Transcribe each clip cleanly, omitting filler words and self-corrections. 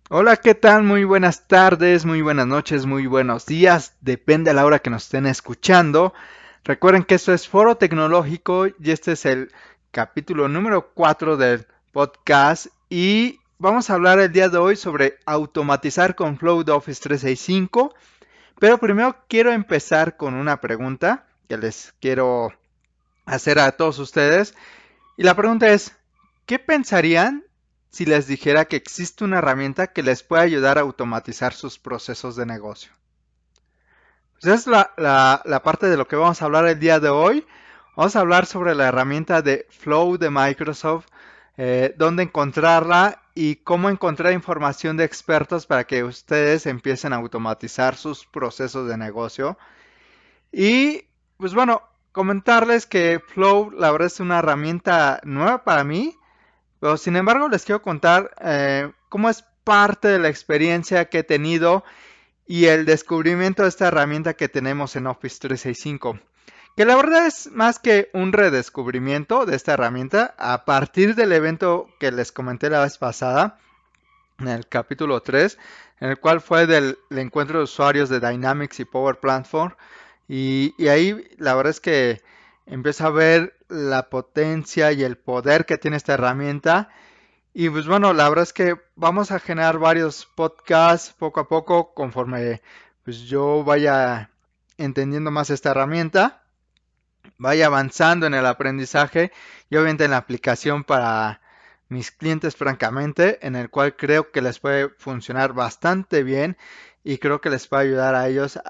Hola, ¿qué tal? Muy buenas tardes, muy buenas noches, muy buenos días. Depende a la hora que nos estén escuchando. Recuerden que esto es Foro Tecnológico y este es el capítulo número 4 del podcast. Y vamos a hablar el día de hoy sobre automatizar con Flow de Office 365. Pero primero quiero empezar con una pregunta que les quiero hacer a todos ustedes. Y la pregunta es, ¿qué pensarían si les dijera que existe una herramienta que les puede ayudar a automatizar sus procesos de negocio? Pues esa es la parte de lo que vamos a hablar el día de hoy. Vamos a hablar sobre la herramienta de Flow de Microsoft, dónde encontrarla y cómo encontrar información de expertos para que ustedes empiecen a automatizar sus procesos de negocio. Y pues bueno, comentarles que Flow la verdad es una herramienta nueva para mí. Pero sin embargo, les quiero contar cómo es parte de la experiencia que he tenido y el descubrimiento de esta herramienta que tenemos en Office 365. Que la verdad es más que un redescubrimiento de esta herramienta a partir del evento que les comenté la vez pasada, en el capítulo 3, en el cual fue del encuentro de usuarios de Dynamics y Power Platform. Y ahí la verdad es que empiezo a ver la potencia y el poder que tiene esta herramienta y pues bueno, la verdad es que vamos a generar varios podcasts poco a poco conforme pues yo vaya entendiendo más esta herramienta, vaya avanzando en el aprendizaje y obviamente en la aplicación para mis clientes francamente, en el cual creo que les puede funcionar bastante bien y creo que les puede ayudar a ellos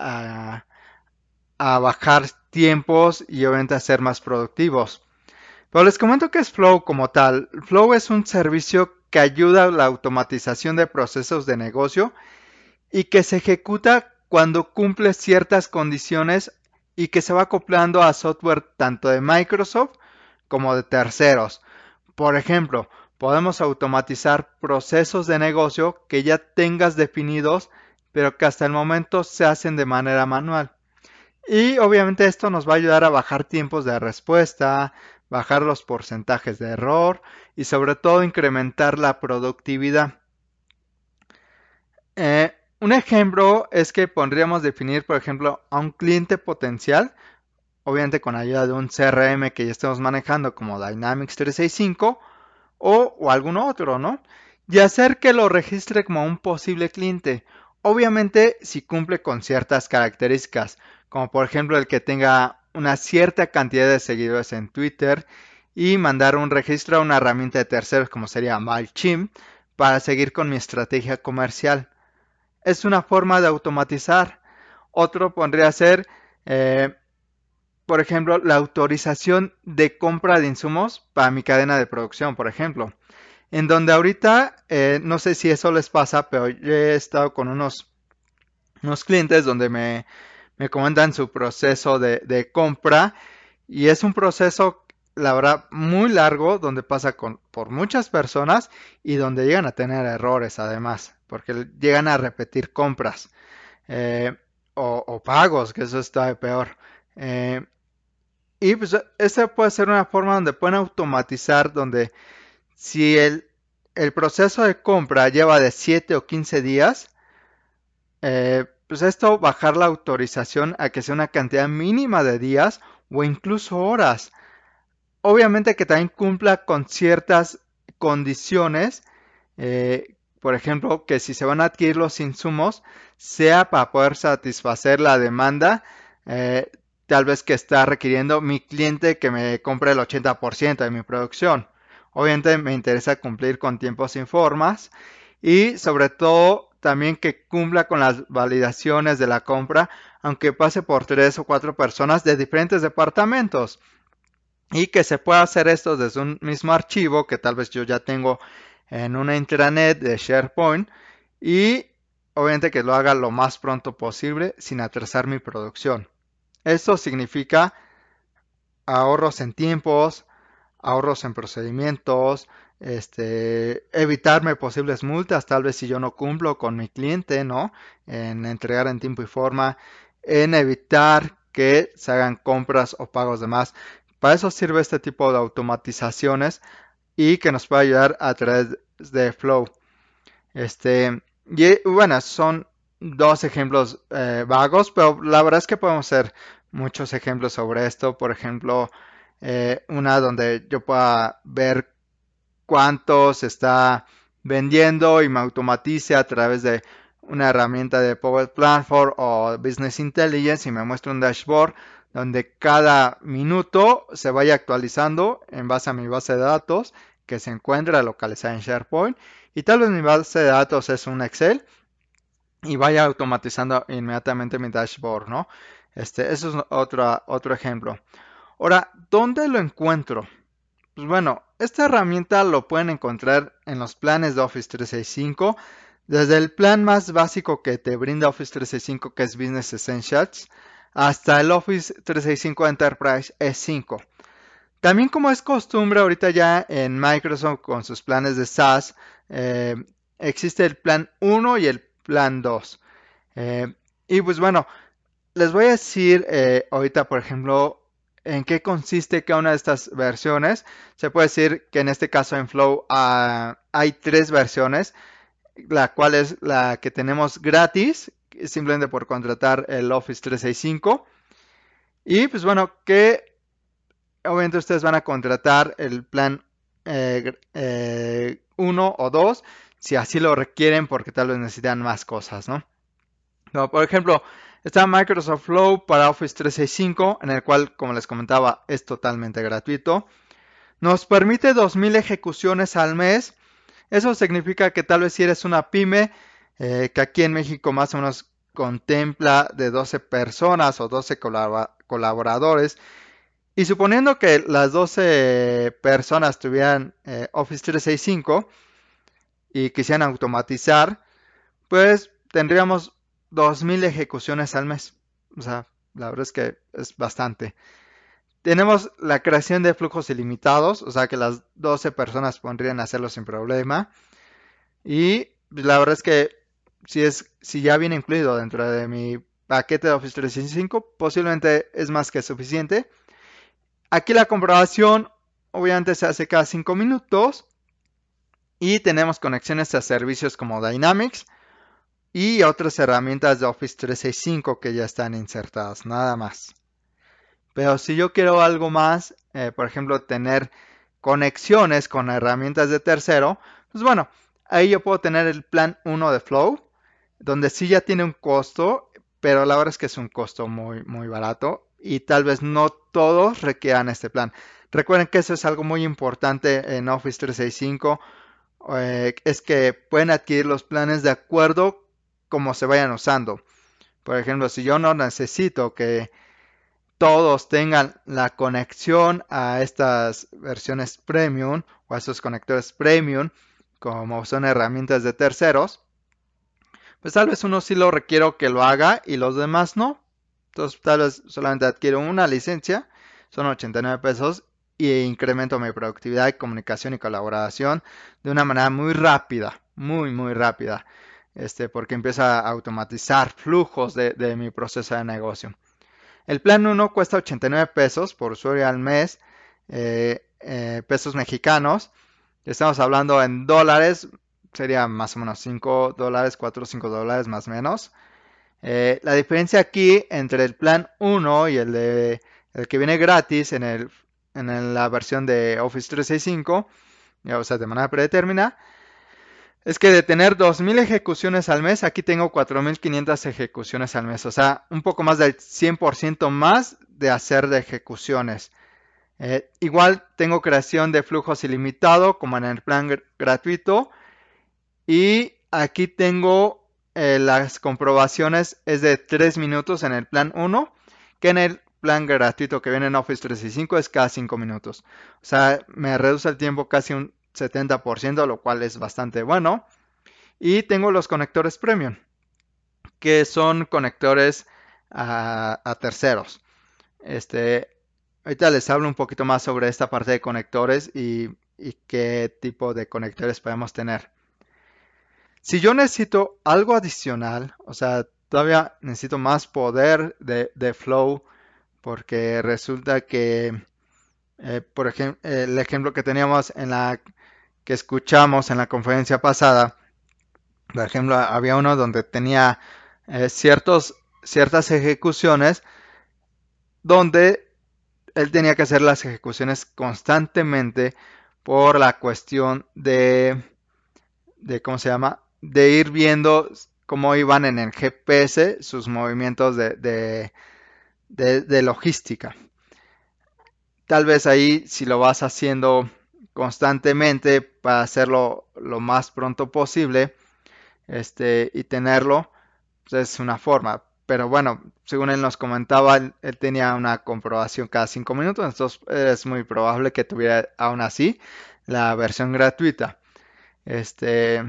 a bajar tiempos y obviamente a ser más productivos. Pero les comento que es Flow como tal. Flow es un servicio que ayuda a la automatización de procesos de negocio y que se ejecuta cuando cumple ciertas condiciones y que se va acoplando a software tanto de Microsoft como de terceros. Por ejemplo, podemos automatizar procesos de negocio que ya tengas definidos, pero que hasta el momento se hacen de manera manual. Y obviamente esto nos va a ayudar a bajar tiempos de respuesta, bajar los porcentajes de error y sobre todo incrementar la productividad. Un ejemplo es que podríamos definir, por ejemplo, a un cliente potencial, obviamente con ayuda de un CRM que ya estemos manejando como Dynamics 365 o algún otro, ¿no? Y hacer que lo registre como un posible cliente. Obviamente si cumple con ciertas características, como por ejemplo el que tenga una cierta cantidad de seguidores en Twitter y mandar un registro a una herramienta de terceros como sería MailChimp para seguir con mi estrategia comercial. Es una forma de automatizar. Otro podría ser, eh, por ejemplo, la autorización de compra de insumos para mi cadena de producción, por ejemplo. En donde ahorita, no sé si eso les pasa, pero yo he estado con unos clientes donde me comentan su proceso de compra y es un proceso, la verdad, muy largo donde pasa por muchas personas y donde llegan a tener errores además, porque llegan a repetir compras eh, o pagos, que eso está peor. Eh, y pues esa puede ser una forma donde pueden automatizar, donde si el proceso de compra lleva de 7 o 15 días, pues esto bajar la autorización a que sea una cantidad mínima de días o incluso horas. Obviamente que también cumpla con ciertas condiciones, por ejemplo, que si se van a adquirir los insumos, sea para poder satisfacer la demanda, eh, tal vez que está requiriendo mi cliente que me compre el 80% de mi producción. Obviamente me interesa cumplir con tiempos y formas y sobre todo también que cumpla con las validaciones de la compra, aunque pase por 3 o 4 personas de diferentes departamentos y que se pueda hacer esto desde un mismo archivo que tal vez yo ya tengo en una intranet de SharePoint y obviamente que lo haga lo más pronto posible sin atrasar mi producción. Esto significa ahorros en tiempos, ahorros en procedimientos, evitarme posibles multas, tal vez si yo no cumplo con mi cliente, ¿no? En entregar en tiempo y forma, en evitar que se hagan compras o pagos de más. Para eso sirve este tipo de automatizaciones y que nos puede ayudar a través de Flow. Y bueno, son dos ejemplos vagos, pero la verdad es que podemos hacer muchos ejemplos sobre esto. Por ejemplo, una donde yo pueda ver cuánto se está vendiendo y me automatice a través de una herramienta de Power Platform o Business Intelligence y me muestra un dashboard donde cada minuto se vaya actualizando en base a mi base de datos que se encuentra localizada en SharePoint y tal vez mi base de datos es un Excel y vaya automatizando inmediatamente mi dashboard, ¿no? Eso es otro ejemplo. Ahora, ¿dónde lo encuentro? Pues bueno, esta herramienta lo pueden encontrar en los planes de Office 365, desde el plan más básico que te brinda Office 365, que es Business Essentials, hasta el Office 365 Enterprise E5. También como es costumbre ahorita ya en Microsoft con sus planes de SaaS, eh, existe el plan 1 y el plan 2. Eh, y pues bueno, les voy a decir ahorita, por ejemplo, en qué consiste cada una de estas versiones. Se puede decir que en este caso en Flow hay tres versiones, la cual es la que tenemos gratis, simplemente por contratar el Office 365. Y pues bueno, que obviamente ustedes van a contratar el plan 1 o 2 si así lo requieren porque tal vez necesitan más cosas, ¿no? No, por ejemplo, está Microsoft Flow para Office 365, en el cual, como les comentaba, es totalmente gratuito. Nos permite 2000 ejecuciones al mes. Eso significa que tal vez si eres una pyme, que aquí en México más o menos contempla de 12 personas o 12 colaboradores, y suponiendo que las 12 personas tuvieran Office 365 y quisieran automatizar, pues tendríamos 2000 ejecuciones al mes. O sea, la verdad es que es bastante. Tenemos la creación de flujos ilimitados, o sea que las 12 personas podrían hacerlo sin problema. Y la verdad es que si ya viene incluido dentro de mi paquete de Office 365, posiblemente es más que suficiente. Aquí la comprobación obviamente se hace cada 5 minutos y tenemos conexiones a servicios como Dynamics y otras herramientas de Office 365 que ya están insertadas, nada más. Pero si yo quiero algo más, por ejemplo, tener conexiones con herramientas de tercero, pues bueno, ahí yo puedo tener el plan 1 de Flow, donde sí ya tiene un costo, pero la verdad es que es un costo muy, muy barato y tal vez no todos requieran este plan. Recuerden que eso es algo muy importante en Office 365, es que pueden adquirir los planes de acuerdo como se vayan usando. Por ejemplo, si yo no necesito que todos tengan la conexión a estas versiones premium o a estos conectores premium, como son herramientas de terceros, pues tal vez uno sí lo requiero que lo haga y los demás no. Entonces tal vez solamente adquiero una licencia, son 89 pesos y incremento mi productividad, comunicación y colaboración de una manera muy rápida, muy, muy rápida. Porque empieza a automatizar flujos de mi proceso de negocio. El plan 1 cuesta 89 pesos por usuario al mes, pesos mexicanos. Estamos hablando en dólares, sería más o menos 5 dólares, 4 o 5 dólares más o menos. La diferencia aquí entre el plan 1 y el que viene gratis la versión de Office 365, o sea, de manera predeterminada, es que de tener 2000 ejecuciones al mes, aquí tengo 4500 ejecuciones al mes. O sea, un poco más del 100% más de hacer de ejecuciones. Igual tengo creación de flujos ilimitado, como en el plan gratuito. Y aquí tengo las comprobaciones, es de 3 minutos en el plan 1, que en el plan gratuito que viene en Office 365 es cada 5 minutos. O sea, me reduce el tiempo casi un 70%, lo cual es bastante bueno. Y tengo los conectores premium, que son conectores a terceros. Este, ahorita les hablo un poquito más sobre esta parte de conectores y qué tipo de conectores podemos tener. Si yo necesito algo adicional, o sea, todavía necesito más poder de Flow, porque resulta que, por ejemplo, el ejemplo que teníamos que escuchamos en la conferencia pasada, Por ejemplo, había uno donde tenía ciertas ejecuciones donde él tenía que hacer las ejecuciones constantemente por la cuestión de ¿cómo se llama? De ir viendo cómo iban en el GPS sus movimientos de logística. Tal vez ahí, si lo vas haciendo constantemente para hacerlo lo más pronto posible, y tenerlo, pues es una forma. Pero bueno, según él nos comentaba, él tenía una comprobación cada 5 minutos, entonces es muy probable que tuviera aún así la versión gratuita. Este,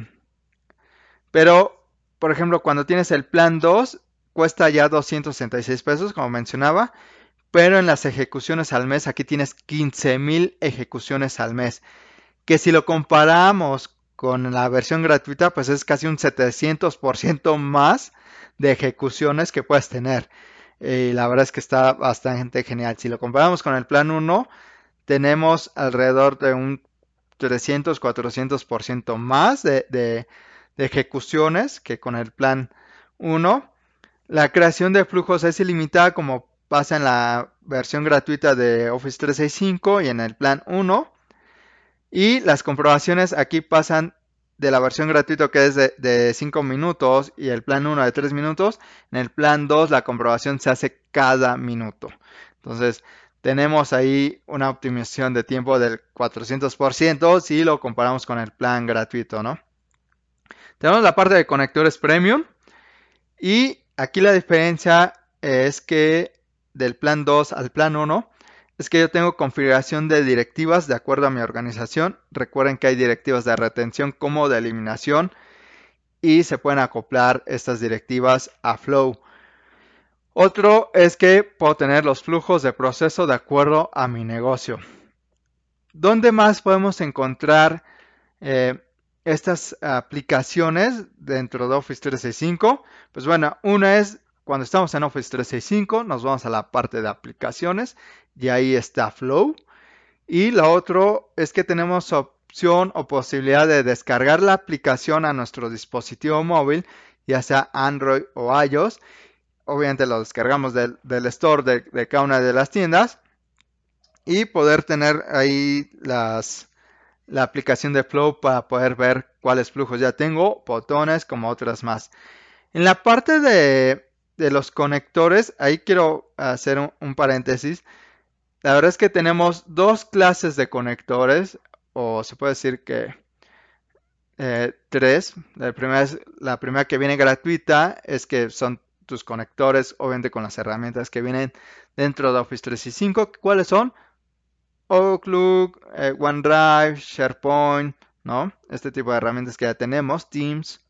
pero, por ejemplo, cuando tienes el plan 2 cuesta ya 266 pesos, como mencionaba, pero en las ejecuciones al mes, aquí tienes 15,000 ejecuciones al mes, que si lo comparamos con la versión gratuita, pues es casi un 700% más de ejecuciones que puedes tener. Y la verdad es que está bastante genial. Si lo comparamos con el plan 1, tenemos alrededor de un 300-400% más de ejecuciones que con el plan 1. La creación de flujos es ilimitada como pasa en la versión gratuita de Office 365 y en el plan 1. Y las comprobaciones aquí pasan de la versión gratuita que es de 5 minutos y el plan 1 de 3 minutos. En el plan 2 la comprobación se hace cada minuto. Entonces tenemos ahí una optimización de tiempo del 400% si lo comparamos con el plan gratuito, ¿no? Tenemos la parte de conectores premium y aquí la diferencia es que del plan 2 al plan 1 es que yo tengo configuración de directivas de acuerdo a mi organización. Recuerden que hay directivas de retención como de eliminación y se pueden acoplar estas directivas a Flow. Otro es que puedo tener los flujos de proceso de acuerdo a mi negocio. ¿Dónde más podemos encontrar eh, estas aplicaciones dentro de Office 365? Pues bueno, una es cuando estamos en Office 365, nos vamos a la parte de aplicaciones y ahí está Flow. Y lo otro es que tenemos opción o posibilidad de descargar la aplicación a nuestro dispositivo móvil, ya sea Android o iOS. Obviamente lo descargamos del store de cada una de las tiendas y poder tener ahí la aplicación de Flow para poder ver cuáles flujos ya tengo, botones como otras más. En la parte de los conectores, ahí quiero hacer un paréntesis. La verdad es que tenemos dos clases de conectores, o se puede decir que tres. La primera que viene gratuita es que son tus conectores, obviamente con las herramientas que vienen dentro de Office 365. ¿Cuáles son? Outlook, OneDrive, SharePoint, ¿no? Este tipo de herramientas que ya tenemos, Teams.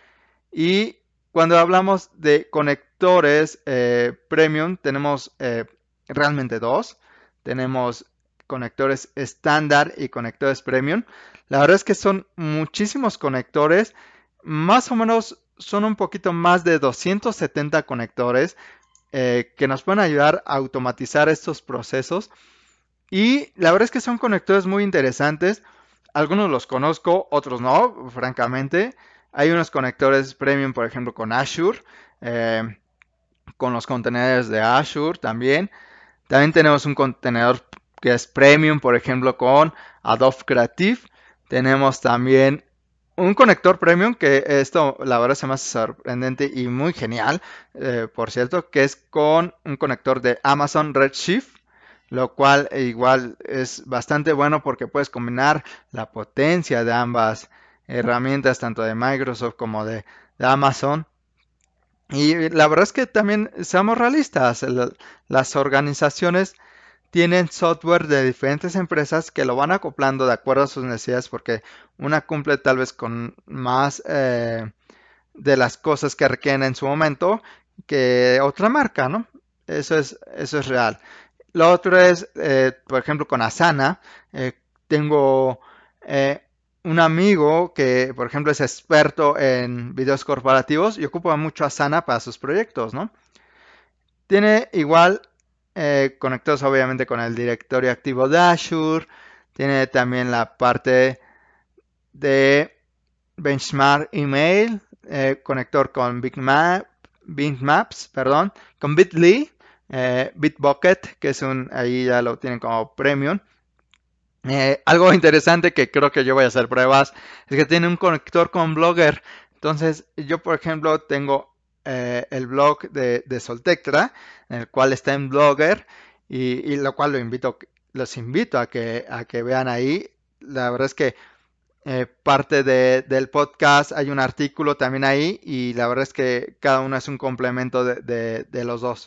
Y cuando hablamos de conectores premium, tenemos realmente dos. Tenemos conectores estándar y conectores premium. La verdad es que son muchísimos conectores. Más o menos son un poquito más de 270 conectores que nos pueden ayudar a automatizar estos procesos. Y la verdad es que son conectores muy interesantes. Algunos los conozco, otros no, francamente. Hay unos conectores premium, por ejemplo, con Azure, eh, con los contenedores de Azure también. También tenemos un contenedor que es premium, por ejemplo, con Adobe Creative. Tenemos también un conector premium, que esto la verdad se me hace sorprendente y muy genial, por cierto, que es con un conector de Amazon Redshift, lo cual igual es bastante bueno porque puedes combinar la potencia de ambas herramientas, tanto de Microsoft como de Amazon. Y la verdad es que también, seamos realistas, las organizaciones tienen software de diferentes empresas que lo van acoplando de acuerdo a sus necesidades porque una cumple tal vez con más de las cosas que requieren en su momento que otra marca, ¿no? Eso es real. Lo otro es, por ejemplo, con Asana. Tengo eh, un amigo que, por ejemplo, es experto en videos corporativos y ocupa mucho Asana para sus proyectos, ¿no? Tiene igual conectados obviamente con el directorio activo de Azure. Tiene también la parte de Benchmark Email, conector con Bitmaps, perdón, con Bitly, Bitbucket, que es ahí ya lo tienen como premium. Algo interesante que creo que yo voy a hacer pruebas es que tiene un conector con Blogger. Entonces, yo por ejemplo tengo el blog de Soltectra, en el cual está en Blogger, y lo cual los invito a que vean ahí. La verdad es que parte del podcast hay un artículo también ahí, y la verdad es que cada uno es un complemento de los dos.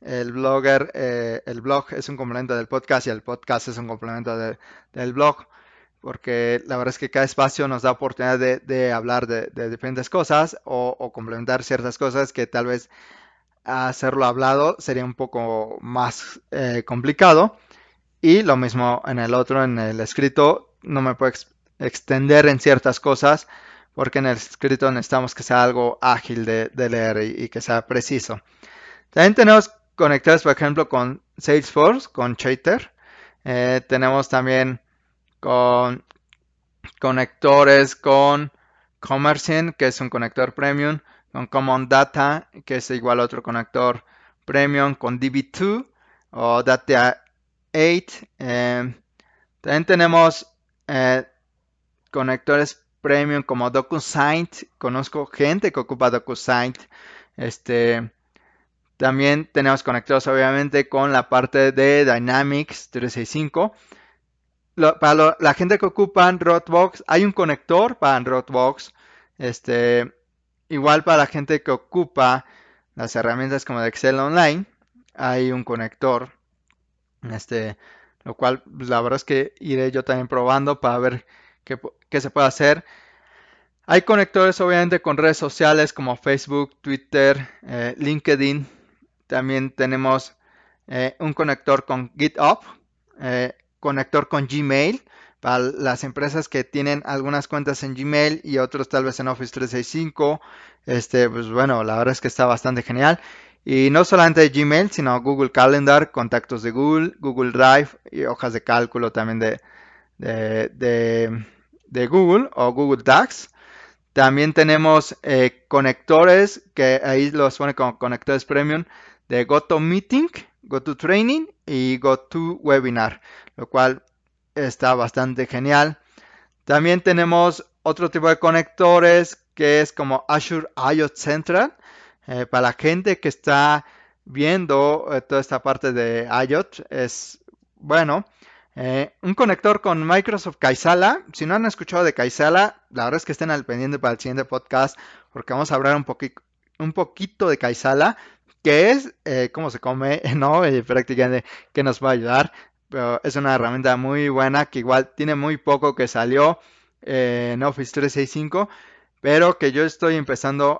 El blog es un complemento del podcast y el podcast es un complemento del blog, porque la verdad es que cada espacio nos da oportunidad de hablar de diferentes cosas o complementar ciertas cosas que tal vez hacerlo hablado sería un poco más complicado. Y lo mismo en el otro, en el escrito, no me puedo extender en ciertas cosas porque en el escrito necesitamos que sea algo ágil de leer y que sea preciso. También tenemos conectores, por ejemplo, con Salesforce, con Chatter. Tenemos también con conectores con Commercient, que es un conector premium, con Common Data, que es igual a otro conector premium, con DB2 o Data 8. También tenemos eh, conectores premium como DocuSign. Conozco gente que ocupa DocuSign. Este, también tenemos conectores obviamente con la parte de Dynamics 365. La gente que ocupa Dropbox, hay un conector para Dropbox. Este, igual para la gente que ocupa las herramientas como de Excel Online, hay un conector. Este, lo cual, pues, la verdad es que iré yo también probando para ver qué se puede hacer. Hay conectores obviamente con redes sociales como Facebook, Twitter, LinkedIn. También tenemos un conector con GitHub, conector con Gmail para las empresas que tienen algunas cuentas en Gmail y otros tal vez en Office 365. Pues bueno, la verdad es que está bastante genial. Y no solamente Gmail, sino Google Calendar, contactos de Google, Google Drive y hojas de cálculo también de, de- de Google o Google Docs. También tenemos conectores, que ahí los pone como conectores premium, de GoToMeeting, GoToTraining y GoToWebinar, lo cual está bastante genial. También tenemos otro tipo de conectores que es como Azure IoT Central, para la gente que está viendo toda esta parte de IoT. Es bueno. Un conector con Microsoft Kaisala. Si no han escuchado de Kaisala, la verdad es que estén al pendiente para el siguiente podcast, porque vamos a hablar un poquito de Kaisala, que es cómo se come, ¿no? Prácticamente que nos va a ayudar. Pero es una herramienta muy buena que igual tiene muy poco que salió en Office 365, pero que yo estoy empezando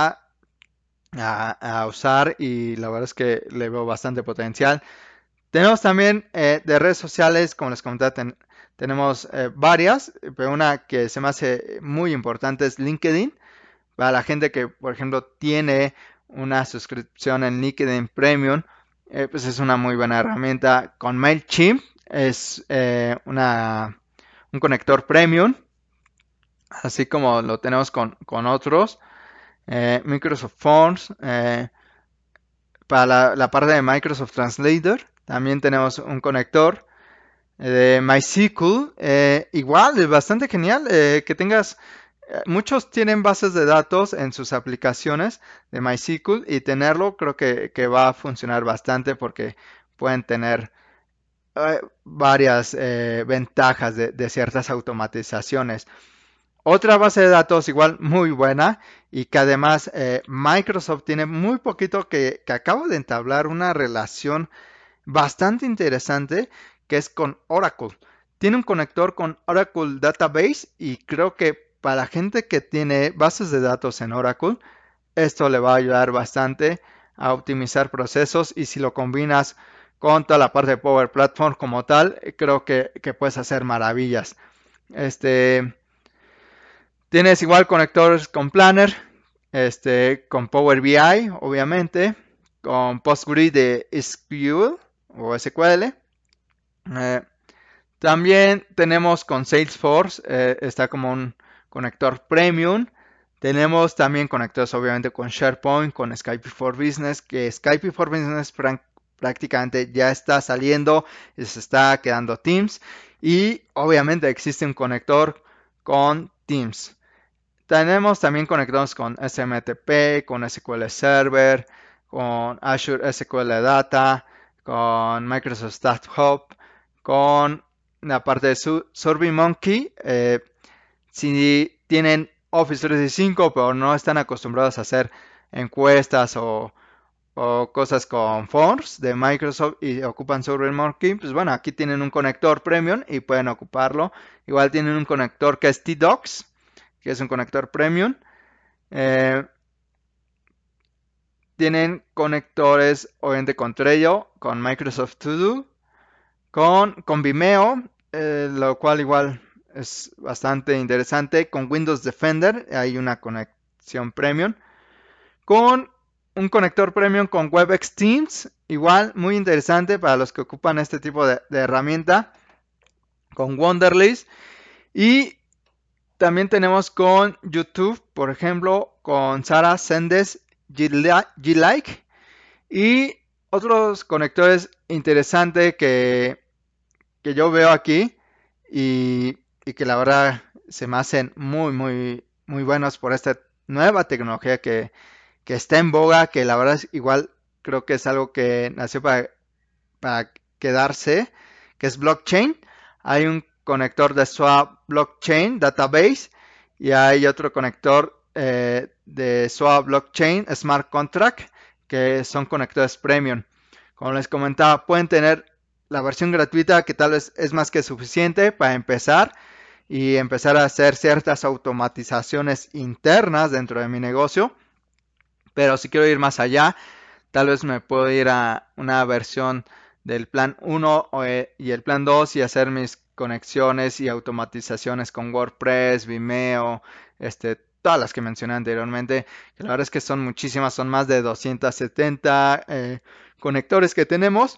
a usar, y la verdad es que le veo bastante potencial. Tenemos también de redes sociales, como les comenté, tenemos varias, pero una que se me hace muy importante es LinkedIn. Para la gente que, por ejemplo, tiene una suscripción en LinkedIn Premium, pues es una muy buena herramienta. Con MailChimp es un conector premium, así como lo tenemos con otros. Microsoft Forms, para la parte de Microsoft Translator, también tenemos un conector de MySQL. Igual, es bastante genial que tengas. Muchos tienen bases de datos en sus aplicaciones de MySQL, y tenerlo creo que va a funcionar bastante porque pueden tener varias ventajas de ciertas automatizaciones. Otra base de datos igual muy buena, y que además Microsoft tiene muy poquito que acaba de entablar una relación bastante interesante, que es con Oracle. Tiene un conector con Oracle Database, y creo que para la gente que tiene bases de datos en Oracle, esto le va a ayudar bastante a optimizar procesos, y si lo combinas con toda la parte de Power Platform como tal, creo que puedes hacer maravillas. Este, Tienes igual conectores con Planner, con Power BI, obviamente, con PostgreSQL de SQL o SQL. También tenemos con Salesforce, está como un conector Premium. Tenemos también conectores obviamente con SharePoint, con Skype for Business, que Skype for Business prácticamente ya está saliendo y se está quedando Teams. Y obviamente existe un conector con Teams. Tenemos también conectores con SMTP, con SQL Server, con Azure SQL Data, con Microsoft Stat Hub, con la parte de SurveyMonkey. Si tienen Office 365 pero no están acostumbrados a hacer encuestas o cosas con forms de Microsoft y ocupan SurveyMonkey, pues bueno, aquí tienen un conector premium y pueden ocuparlo. Igual tienen un conector que es T-Docs, que es un conector premium. Eh, Tienen conectores obviamente con Trello, con Microsoft To Do, con Vimeo, lo cual igual es bastante interesante. Con Windows Defender hay una conexión premium. Con un conector premium con WebEx Teams, igual muy interesante para los que ocupan este tipo de herramienta. Con Wonderlist. Y también tenemos con YouTube, por ejemplo, con Sara Sendes G-Like. Y otros conectores interesantes que yo veo aquí y que la verdad se me hacen muy buenos por esta nueva tecnología que está en boga, que la verdad es igual creo que es algo que nació para quedarse, que es blockchain. Hay un conector de Swap Blockchain Database y hay otro conector de Swap Blockchain Smart Contract, que son conectores premium. Como les comentaba, pueden tener la versión gratuita, que tal vez es más que suficiente para empezar y empezar a hacer ciertas automatizaciones internas dentro de mi negocio. Pero si quiero ir más allá, tal vez me puedo ir a una versión del plan 1 y el plan 2 y hacer mis conexiones y automatizaciones con WordPress, Vimeo, todas las que mencioné anteriormente. Que la verdad es que son muchísimas, son más de 270 conectores que tenemos.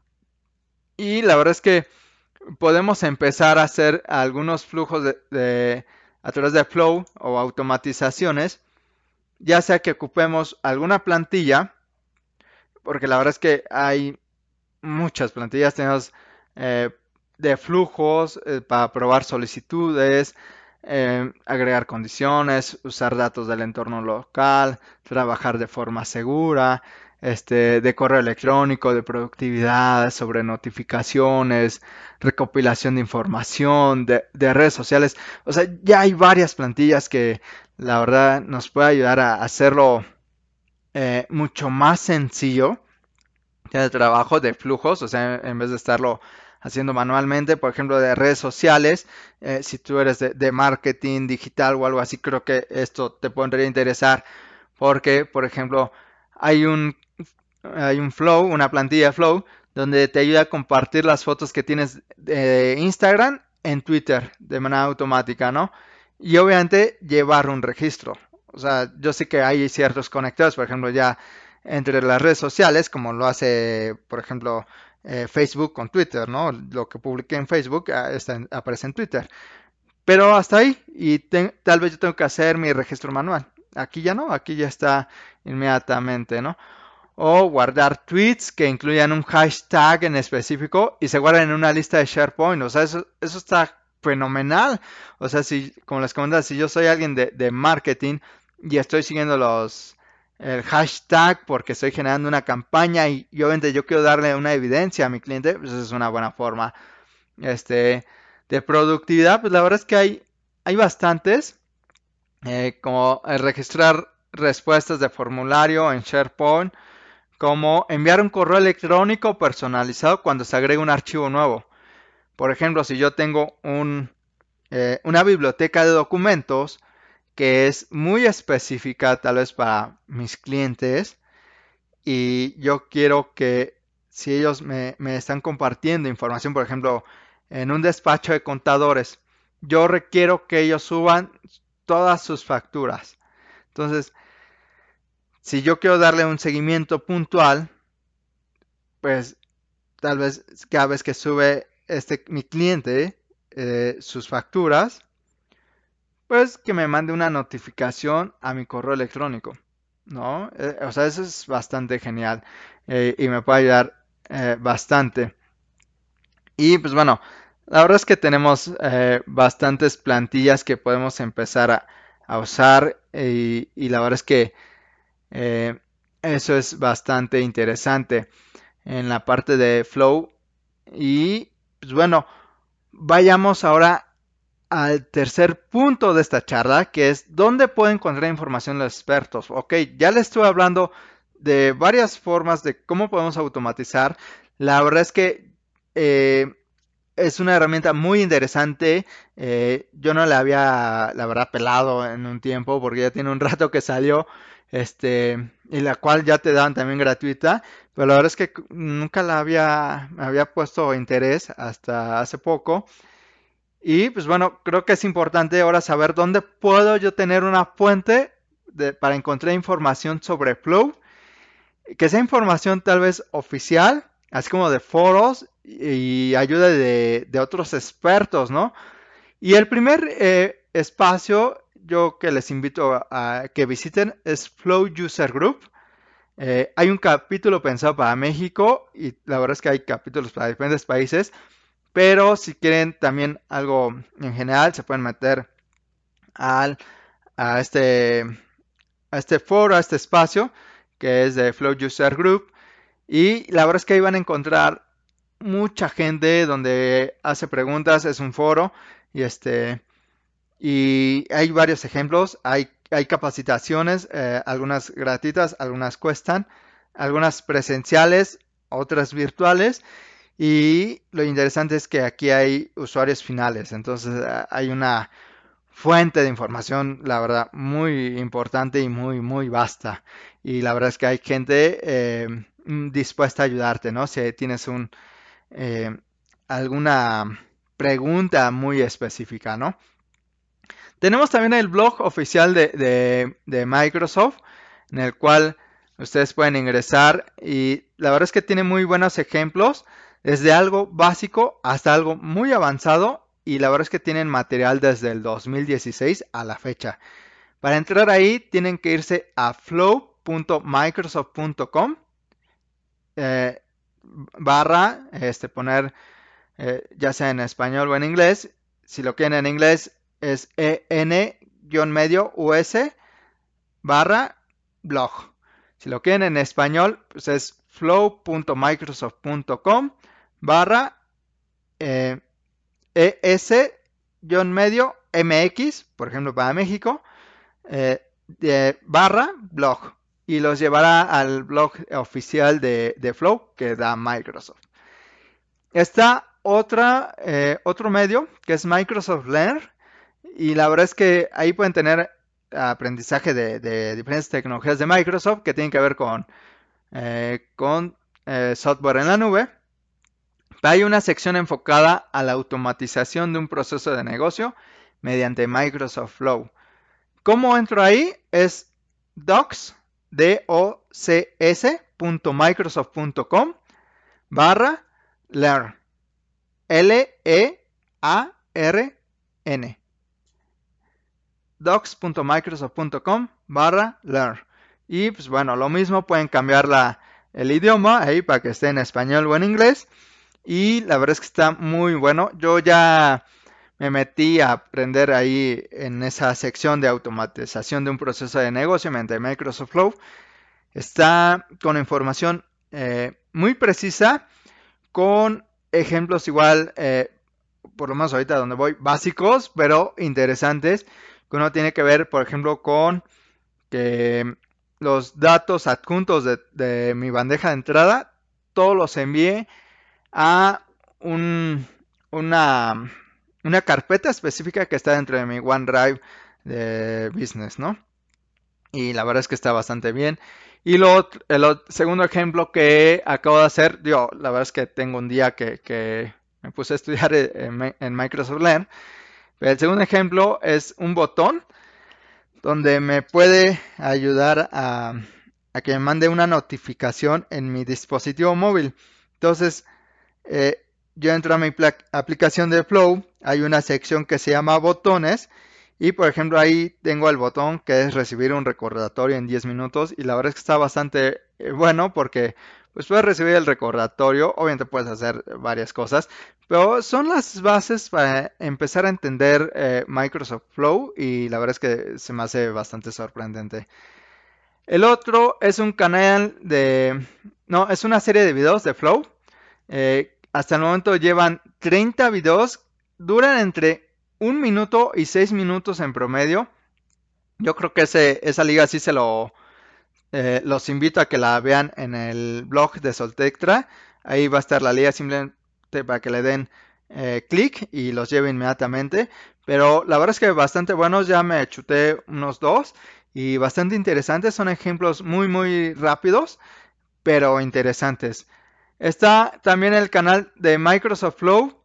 Y la verdad es que podemos empezar a hacer algunos flujos a través de Flow o automatizaciones, ya sea que ocupemos alguna plantilla, porque la verdad es que hay muchas plantillas. Tenemos eh, de flujos para probar solicitudes, agregar condiciones, usar datos del entorno local, trabajar de forma segura, de correo electrónico, de productividad, sobre notificaciones, recopilación de información, de redes sociales. O sea, ya hay varias plantillas que la verdad nos puede ayudar a hacerlo mucho más sencillo de trabajo, de flujos, o sea, en vez de estarlo haciendo manualmente, por ejemplo, de redes sociales, si tú eres de marketing digital o algo así, creo que esto te podría interesar porque, por ejemplo, hay un, hay un Flow, una plantilla Flow, donde te ayuda a compartir las fotos que tienes de Instagram en Twitter de manera automática, ¿no? Y obviamente llevar un registro. O sea, yo sé que hay ciertos conectores, por ejemplo, ya entre las redes sociales, como lo hace, por ejemplo, Facebook con Twitter, ¿no? Lo que publiqué en Facebook aparece en Twitter. Pero hasta ahí, y tal vez yo tengo que hacer mi registro manual. Aquí ya no, aquí ya está inmediatamente, ¿no? O guardar tweets que incluyan un hashtag en específico y se guardan en una lista de SharePoint. O sea, eso está fenomenal. O sea, si, como les comentaba, si yo soy alguien de marketing y estoy siguiendo el hashtag porque estoy generando una campaña y obviamente yo quiero darle una evidencia a mi cliente, pues es una buena forma. De productividad, pues la verdad es que hay bastantes, como registrar respuestas de formulario en SharePoint, como enviar un correo electrónico personalizado cuando se agrega un archivo nuevo. Por ejemplo, si yo tengo una biblioteca de documentos que es muy específica tal vez para mis clientes y yo quiero que si ellos me están compartiendo información, por ejemplo, en un despacho de contadores, yo requiero que ellos suban todas sus facturas. Entonces, si yo quiero darle un seguimiento puntual, pues tal vez cada vez que sube mi cliente sus facturas, pues que me mande una notificación a mi correo electrónico, ¿no? O sea, eso es bastante genial y me puede ayudar bastante. Y pues bueno, la verdad es que tenemos bastantes plantillas que podemos empezar a usar y la verdad es que eh, eso es bastante interesante en la parte de Flow. Y pues bueno, vayamos ahora al tercer punto de esta charla, que es dónde puedo encontrar información de los expertos. Ok, ya les estuve hablando de varias formas de cómo podemos automatizar. La verdad es que es una herramienta muy interesante. Yo no la había, la verdad, pelado en un tiempo porque ya tiene un rato que salió, y la cual ya te dan también gratuita. Pero la verdad es que nunca me había puesto interés hasta hace poco. Y pues bueno, creo que es importante ahora saber dónde puedo yo tener una fuente para encontrar información sobre Flow, que sea información tal vez oficial, así como de foros y ayuda de otros expertos, ¿no? Y el primer espacio yo que les invito a que visiten es Flow User Group. Hay un capítulo pensado para México y la verdad es que hay capítulos para diferentes países, pero si quieren también algo en general, se pueden meter al, a, este, a este foro, a este espacio que es de Flow User Group. Y la verdad es que ahí van a encontrar mucha gente donde hace preguntas, es un foro y y hay varios ejemplos, hay capacitaciones, algunas gratuitas, algunas cuestan, algunas presenciales, otras virtuales y lo interesante es que aquí hay usuarios finales, entonces hay una fuente de información, la verdad, muy importante y muy vasta. Y la verdad es que hay gente dispuesta a ayudarte, ¿no? Si tienes eh, alguna pregunta muy específica, ¿no? Tenemos también el blog oficial de Microsoft, en el cual ustedes pueden ingresar y la verdad es que tiene muy buenos ejemplos, desde algo básico hasta algo muy avanzado y la verdad es que tienen material desde el 2016 a la fecha. Para entrar ahí tienen que irse a flow.microsoft.com eh, barra, poner ya sea en español o en inglés. Si lo quieren en inglés es en-medio us barra blog. Si lo quieren en español, pues es flow.microsoft.com barra eh, es-medio mx, por ejemplo para México, barra blog. Y los llevará al blog oficial de Flow que da Microsoft. Está otro medio que es Microsoft Learn y la verdad es que ahí pueden tener aprendizaje de diferentes tecnologías de Microsoft que tienen que ver con software en la nube. Hay una sección enfocada a la automatización de un proceso de negocio mediante Microsoft Flow. ¿Cómo entro ahí? Es docs.microsoft.com barra learn. Learn. docs.microsoft.com barra learn. Y pues bueno, lo mismo pueden cambiar el idioma ahí para que esté en español o en inglés. Y la verdad es que está muy bueno. Yo ya me metí a aprender ahí en esa sección de automatización de un proceso de negocio mediante Microsoft Flow. Está con información muy precisa, con ejemplos igual, por lo menos ahorita donde voy, básicos, pero interesantes, que uno tiene que ver, por ejemplo, con que los datos adjuntos de mi bandeja de entrada, todos los envié a un, una, una carpeta específica que está dentro de mi OneDrive de Business, ¿no? Y la verdad es que está bastante bien. Y segundo ejemplo que acabo de hacer, digo, la verdad es que tengo un día que me puse a estudiar en Microsoft Learn. Pero el segundo ejemplo es un botón donde me puede ayudar a que me mande una notificación en mi dispositivo móvil. Entonces, yo entro a mi aplicación de Flow, hay una sección que se llama botones Y por ejemplo ahí tengo el botón que es recibir un recordatorio en 10 minutos y la verdad es que está bastante bueno porque pues puedes recibir el recordatorio, obviamente puedes hacer varias cosas, pero son las bases para empezar a entender Microsoft Flow y la verdad es que se me hace bastante sorprendente. El otro es un canal de... No, es una serie de videos de Flow. Hasta el momento llevan 30 videos, duran entre 1 minuto y 6 minutos en promedio. Yo creo que esa liga sí los invito a que la vean en el blog de Soltectra. Ahí va a estar la liga simplemente para que le den clic y los lleve inmediatamente. Pero la verdad es que bastante buenos, ya me chuté unos dos y bastante interesantes. Son ejemplos muy, muy rápidos, pero interesantes. Está también el canal de Microsoft Flow,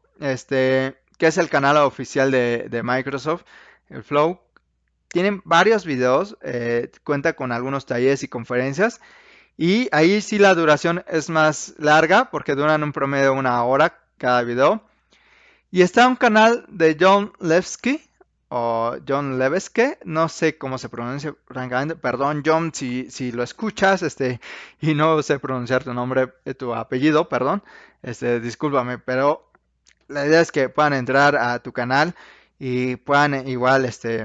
que es el canal oficial de Microsoft, el Flow. Tienen varios videos, cuenta con algunos talleres y conferencias. Y ahí sí la duración es más larga porque duran un promedio de 1 hora cada video. Y está un canal de John Levesque o John Levesque, no sé cómo se pronuncia francamente, perdón John si lo escuchas, y no sé pronunciar tu nombre, tu apellido, perdón, discúlpame, pero la idea es que puedan entrar a tu canal y puedan igual,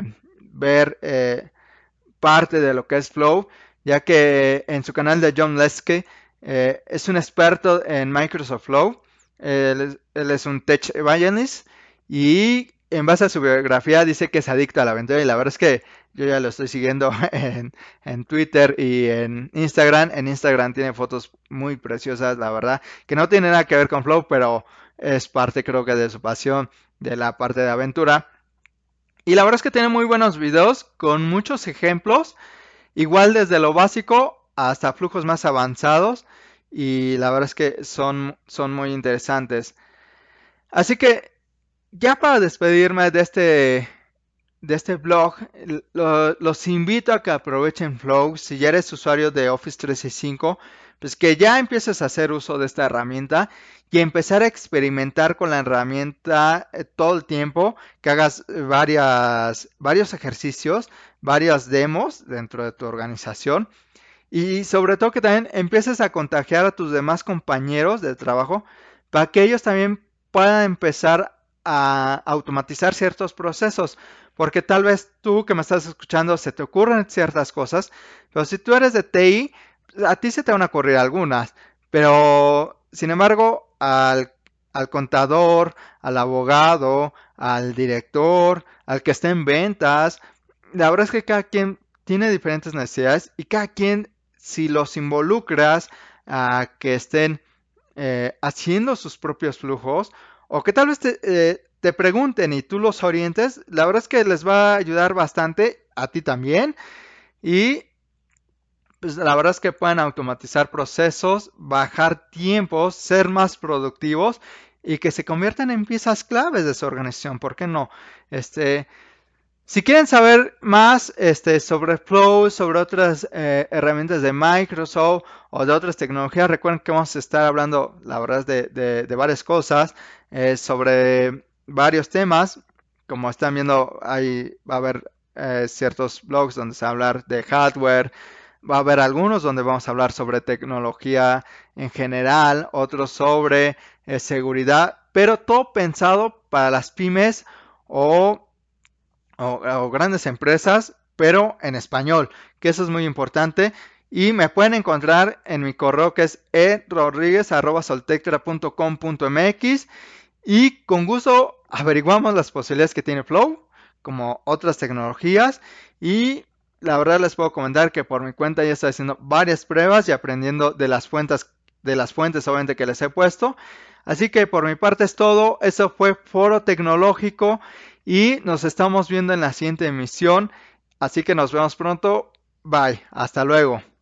ver parte de lo que es Flow, ya que en su canal de John Leske es un experto en Microsoft Flow. Él es un tech evangelist y en base a su biografía dice que es adicto a la aventura y la verdad es que yo ya lo estoy siguiendo en Twitter y en Instagram. En Instagram tiene fotos muy preciosas, la verdad, que no tiene nada que ver con Flow, pero es parte creo que de su pasión de la parte de aventura. Y la verdad es que tiene muy buenos videos con muchos ejemplos, igual desde lo básico hasta flujos más avanzados. Y la verdad es que son muy interesantes. Así que ya para despedirme de este blog, los invito a que aprovechen Flow. Si ya eres usuario de Office 365, pues que ya empieces a hacer uso de esta herramienta y empezar a experimentar con la herramienta todo el tiempo, que hagas varios ejercicios, varias demos dentro de tu organización y sobre todo que también empieces a contagiar a tus demás compañeros de trabajo para que ellos también puedan empezar a automatizar ciertos procesos. Porque tal vez tú que me estás escuchando se te ocurren ciertas cosas, pero si tú eres de TI, a ti se te van a ocurrir algunas. Pero, sin embargo, al contador, al abogado, al director, al que esté en ventas, la verdad es que cada quien tiene diferentes necesidades y cada quien, si los involucras a que estén haciendo sus propios flujos o que tal vez te pregunten y tú los orientes, la verdad es que les va a ayudar bastante a ti también y pues la verdad es que pueden automatizar procesos, bajar tiempos, ser más productivos y que se conviertan en piezas claves de su organización. ¿Por qué no? Si quieren saber más sobre Flow, sobre otras herramientas de Microsoft o de otras tecnologías, recuerden que vamos a estar hablando, la verdad, de varias cosas, sobre varios temas. Como están viendo, ahí va a haber ciertos blogs donde se va a hablar de hardware, va a haber algunos donde vamos a hablar sobre tecnología en general, otros sobre seguridad, pero todo pensado para las pymes o o grandes empresas, pero en español, que eso es muy importante. Y me pueden encontrar en mi correo que es erodriguez@soltectra.com.mx y con gusto averiguamos las posibilidades que tiene Flow, como otras tecnologías. Y la verdad les puedo comentar que por mi cuenta ya estoy haciendo varias pruebas y aprendiendo de las fuentes obviamente que les he puesto. Así que por mi parte es todo. Eso fue Foro Tecnológico y nos estamos viendo en la siguiente emisión. Así que nos vemos pronto. Bye. Hasta luego.